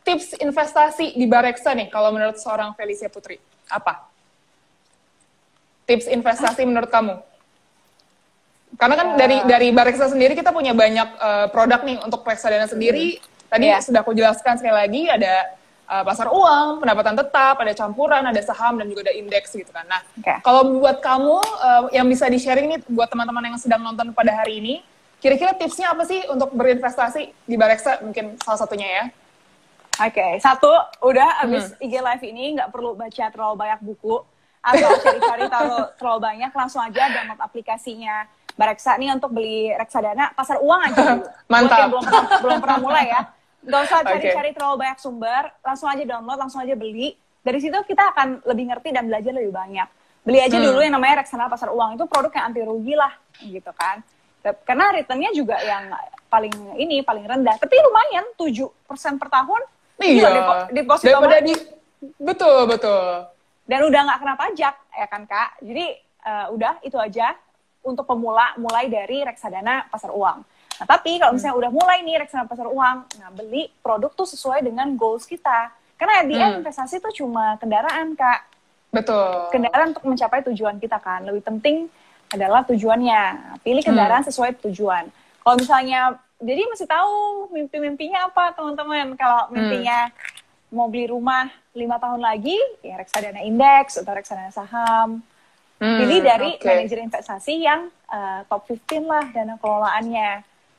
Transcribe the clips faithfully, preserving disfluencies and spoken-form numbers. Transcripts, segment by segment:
tips investasi di Bareksa nih kalau menurut seorang Felicia Putri? Apa? Tips investasi Hah? menurut kamu? Karena kan uh, dari dari Bareksa sendiri kita punya banyak uh, produk nih untuk reksadana sendiri. Hmm. Tadi yeah. sudah aku jelaskan sekali lagi ada uh, pasar uang, pendapatan tetap, ada campuran, ada saham dan juga ada indeks gitu kan. Nah, okay. kalau buat kamu uh, yang bisa di-sharing nih buat teman-teman yang sedang nonton pada hari ini, kira-kira tipsnya apa sih untuk berinvestasi di Bareksa? Mungkin salah satunya ya. Oke, okay. satu, udah abis hmm. I G Live ini nggak perlu baca terlalu banyak buku atau cari-cari terlalu, terlalu banyak, langsung aja download aplikasinya Bareksa nih untuk beli reksadana pasar uang aja dulu. Mantap. Buat yang belum pernah, belum pernah mulai ya. Nggak usah cari-cari okay. terlalu banyak sumber, langsung aja download, langsung aja beli. Dari situ kita akan lebih ngerti dan belajar lebih banyak. Beli aja hmm. dulu yang namanya reksadana pasar uang, itu produk yang anti rugi lah, gitu kan. Karena returnnya juga yang paling ini, paling rendah. Tapi lumayan, tujuh persen per tahun. Iya, deposit daripada di... Betul, betul. Dan udah nggak kena pajak, ya kan Kak? Jadi uh, udah, itu aja untuk pemula, mulai dari reksadana pasar uang. Nah, tapi kalau misalnya hmm. udah mulai nih reksadana pasar uang, nah beli produk tuh sesuai dengan goals kita. Karena di hmm. investasi tuh cuma kendaraan, Kak. Betul. Kendaraan untuk mencapai tujuan kita kan. Lebih penting adalah tujuannya. Pilih kendaraan hmm. sesuai tujuan. Kalau misalnya, jadi mesti tahu mimpi-mimpinya apa, teman-teman. Kalau mimpinya hmm. mau beli rumah lima tahun lagi, ya reksadana indeks atau reksadana saham. Hmm, Pilih dari okay. manajer investasi yang uh, top lima belas lah dana kelolaannya.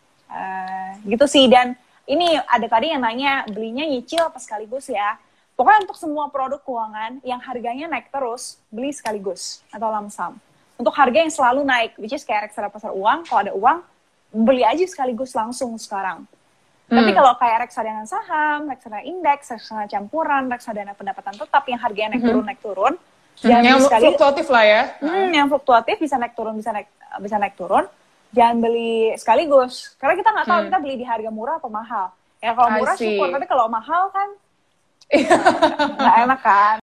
Uh, gitu sih. Dan ini ada tadi yang nanya, belinya nyicil apa sekaligus ya. Pokoknya untuk semua produk keuangan yang harganya naik terus, beli sekaligus atau lamsam. Untuk harga yang selalu naik, which is kayak reksadana pasar uang, kalau ada uang, beli aja sekaligus langsung sekarang. Hmm. Tapi kalau kayak reksadana saham, reksadana indeks, reksadana campuran, reksadana pendapatan tetap yang harganya naik turun, hmm. naik turun, jangan yang sekali, fluktuatif lah ya. Hmm, yang fluktuatif bisa naik turun, bisa naik bisa naik turun. Jangan beli sekaligus, karena kita nggak tahu hmm. kita beli di harga murah atau mahal. Ya kalau murah syukur, tapi kalau mahal kan nggak enak kan.